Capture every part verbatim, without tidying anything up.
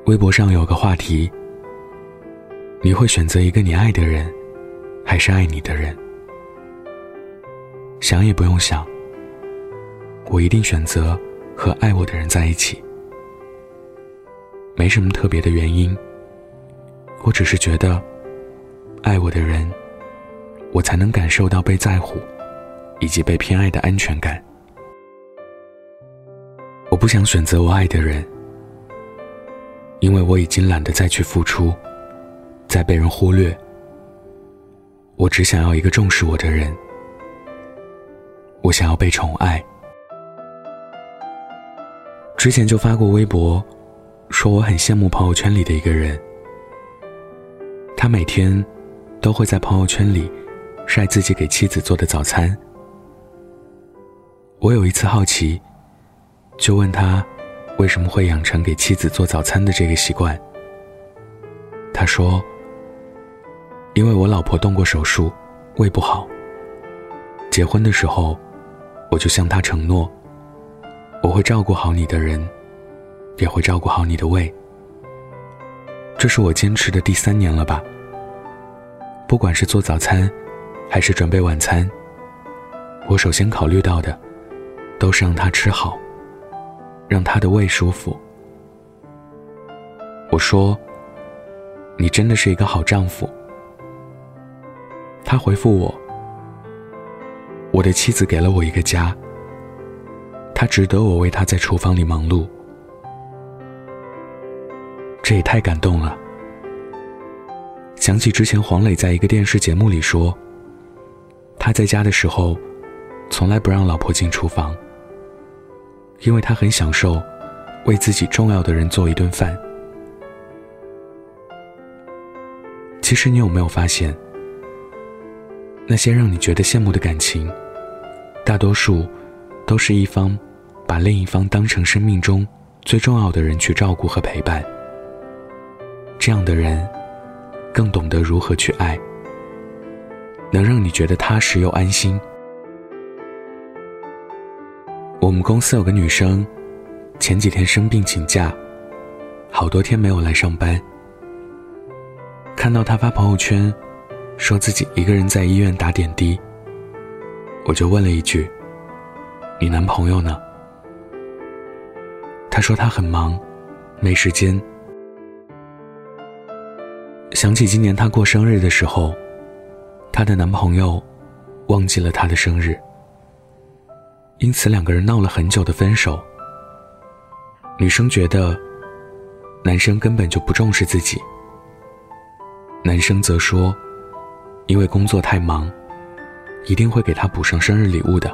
微博上有个话题，你会选择一个你爱的人，还是爱你的人？想也不用想，我一定选择和爱我的人在一起。没什么特别的原因，我只是觉得爱我的人，我才能感受到被在乎以及被偏爱的安全感。我不想选择我爱的人，因为我已经懒得再去付出，再被人忽略。我只想要一个重视我的人，我想要被宠爱。之前就发过微博，说我很羡慕朋友圈里的一个人，他每天都会在朋友圈里晒自己给妻子做的早餐。我有一次好奇，就问他为什么会养成给妻子做早餐的这个习惯。他说，因为我老婆动过手术，胃不好，结婚的时候我就向她承诺，我会照顾好你的人，也会照顾好你的胃。这是我坚持的第三年了吧。不管是做早餐还是准备晚餐，我首先考虑到的都是让她吃好，让她的胃舒服。我说，你真的是一个好丈夫。他回复我，我的妻子给了我一个家，她值得我为她在厨房里忙碌。这也太感动了。想起之前黄磊在一个电视节目里说，他在家的时候从来不让老婆进厨房，因为他很享受为自己重要的人做一顿饭。其实你有没有发现，那些让你觉得羡慕的感情，大多数都是一方把另一方当成生命中最重要的人去照顾和陪伴。这样的人更懂得如何去爱，能让你觉得踏实又安心。我们公司有个女生，前几天生病请假，好多天没有来上班。看到她发朋友圈说自己一个人在医院打点滴，我就问了一句，你男朋友呢？她说她很忙，没时间。想起今年她过生日的时候，她的男朋友忘记了她的生日，因此两个人闹了很久的分手。女生觉得男生根本就不重视自己，男生则说因为工作太忙，一定会给她补上生日礼物的。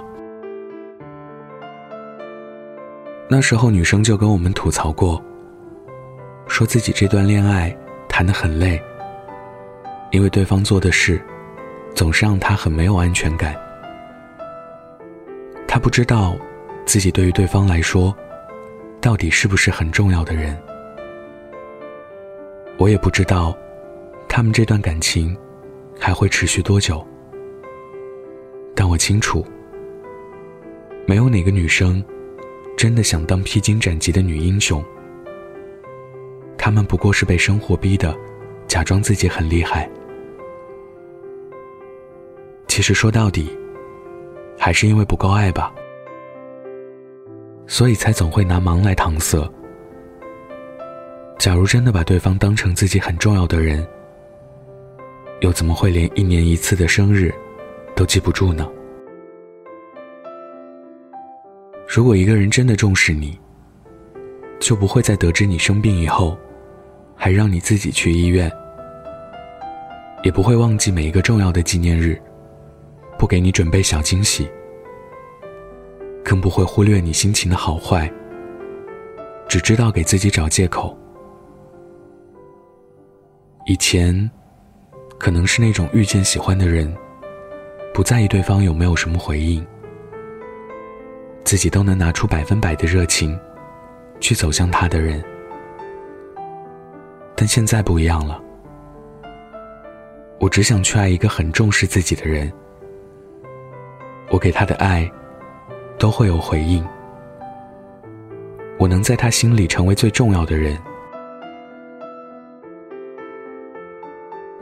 那时候女生就跟我们吐槽过，说自己这段恋爱谈得很累，因为对方做的事总是让她很没有安全感。她不知道自己对于对方来说到底是不是很重要的人。我也不知道他们这段感情还会持续多久，但我清楚，没有哪个女生真的想当披荆斩棘的女英雄，她们不过是被生活逼得假装自己很厉害。其实说到底，还是因为不够爱吧，所以才总会拿忙来搪塞。假如真的把对方当成自己很重要的人，又怎么会连一年一次的生日都记不住呢？如果一个人真的重视你，就不会在得知你生病以后还让你自己去医院，也不会忘记每一个重要的纪念日不给你准备小惊喜，更不会忽略你心情的好坏，只知道给自己找借口。以前可能是那种遇见喜欢的人，不在意对方有没有什么回应，自己都能拿出百分百的热情去走向他的人。但现在不一样了，我只想去爱一个很重视自己的人，我给他的爱都会有回应，我能在他心里成为最重要的人，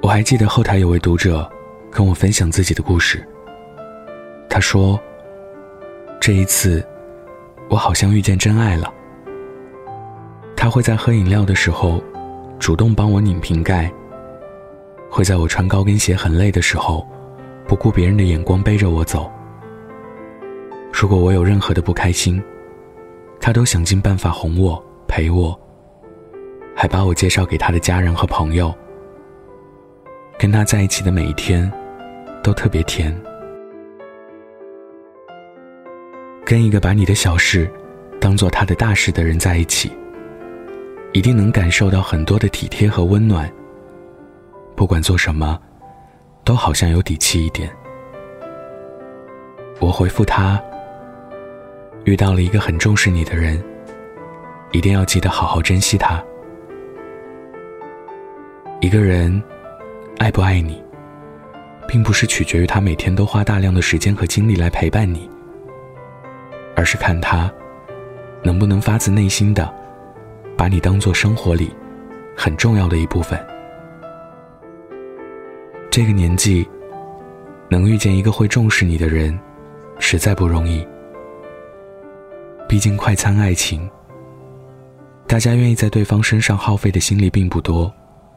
我还记得后台有位读者跟我分享自己的故事，他说，这一次我好像遇见真爱了。他会在喝饮料的时候主动帮我拧瓶盖，会在我穿高跟鞋很累的时候不顾别人的眼光背着我走。如果我有任何的不开心，他都想尽办法哄我陪我，还把我介绍给他的家人和朋友。跟他在一起的每一天都特别甜。跟一个把你的小事当作他的大事的人在一起，一定能感受到很多的体贴和温暖，不管做什么都好像有底气一点。我回复他，遇到了一个很重视你的人，一定要记得好好珍惜他。一个人爱不爱你，并不是取决于他每天都花大量的时间和精力来陪伴你，而是看他能不能发自内心的把你当作生活里很重要的一部分。这个年纪能遇见一个会重视你的人实在不容易，毕竟快餐爱情，大家愿意在对方身上耗费的心力并不多。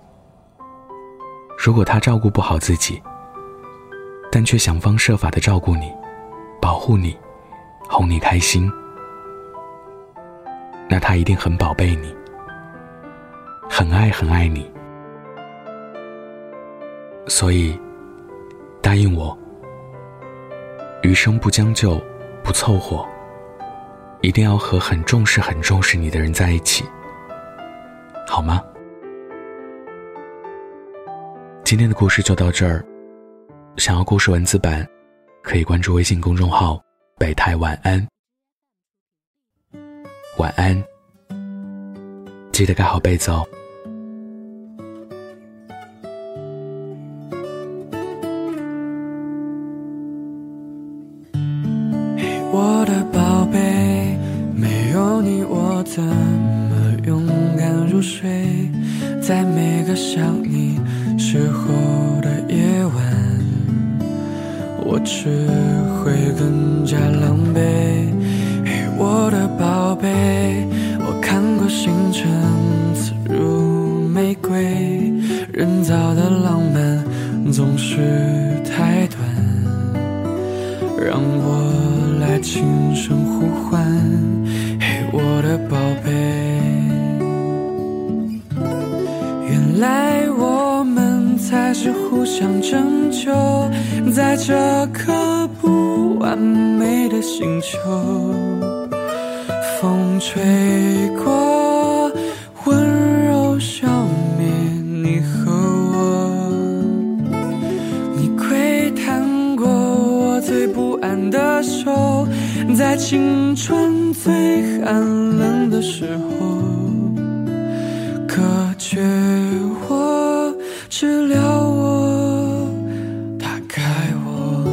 如果他照顾不好自己，但却想方设法地照顾你，保护你，哄你开心，那他一定很宝贝你，很爱很爱你。所以答应我，余生不将就，不凑合，一定要和很重视很重视你的人在一起，好吗？今天的故事就到这儿，想要故事文字版可以关注微信公众号北太晚安。晚安，记得盖好被子哦。 我的宝贝，没有你我怎么勇敢入睡，在每个想你时候的夜晚，我只会更加狼狈。嘿，我的宝贝，我看过星辰刺入玫瑰，人造的浪漫总是太短，让我来轻声呼唤。嘿，我的宝贝，原来我们才是互相拯救，在这颗不完美的星球。风吹过，温柔消灭你和我，你窥探过我最不安的手，在青春最寒冷的时候，隔绝我，治疗我，打开我。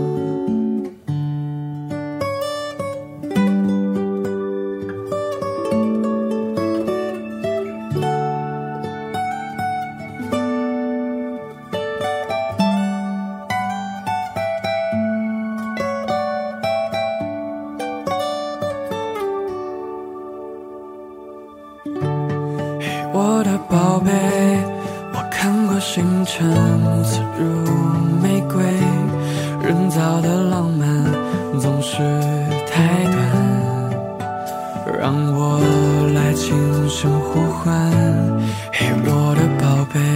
我的宝贝，我看过星辰刺入玫瑰，人造的浪漫总是太短，让我来轻声呼唤。嘿，我的宝贝，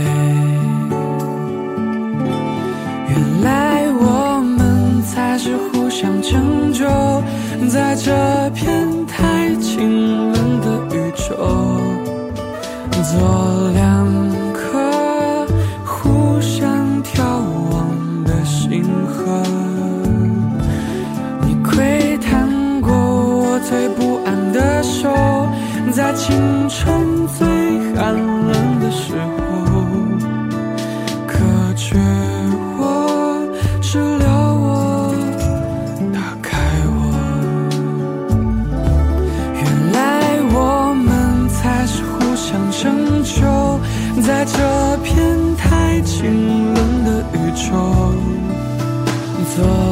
原来我们才是互相拯救，在这片太清冷的宇宙，做两颗互相眺望的星河，你窥探过我最不安的手，在青春最寒冷的时候，隔绝我，治疗我，打开我。原来我们才是互相拯救，在这片太清中，做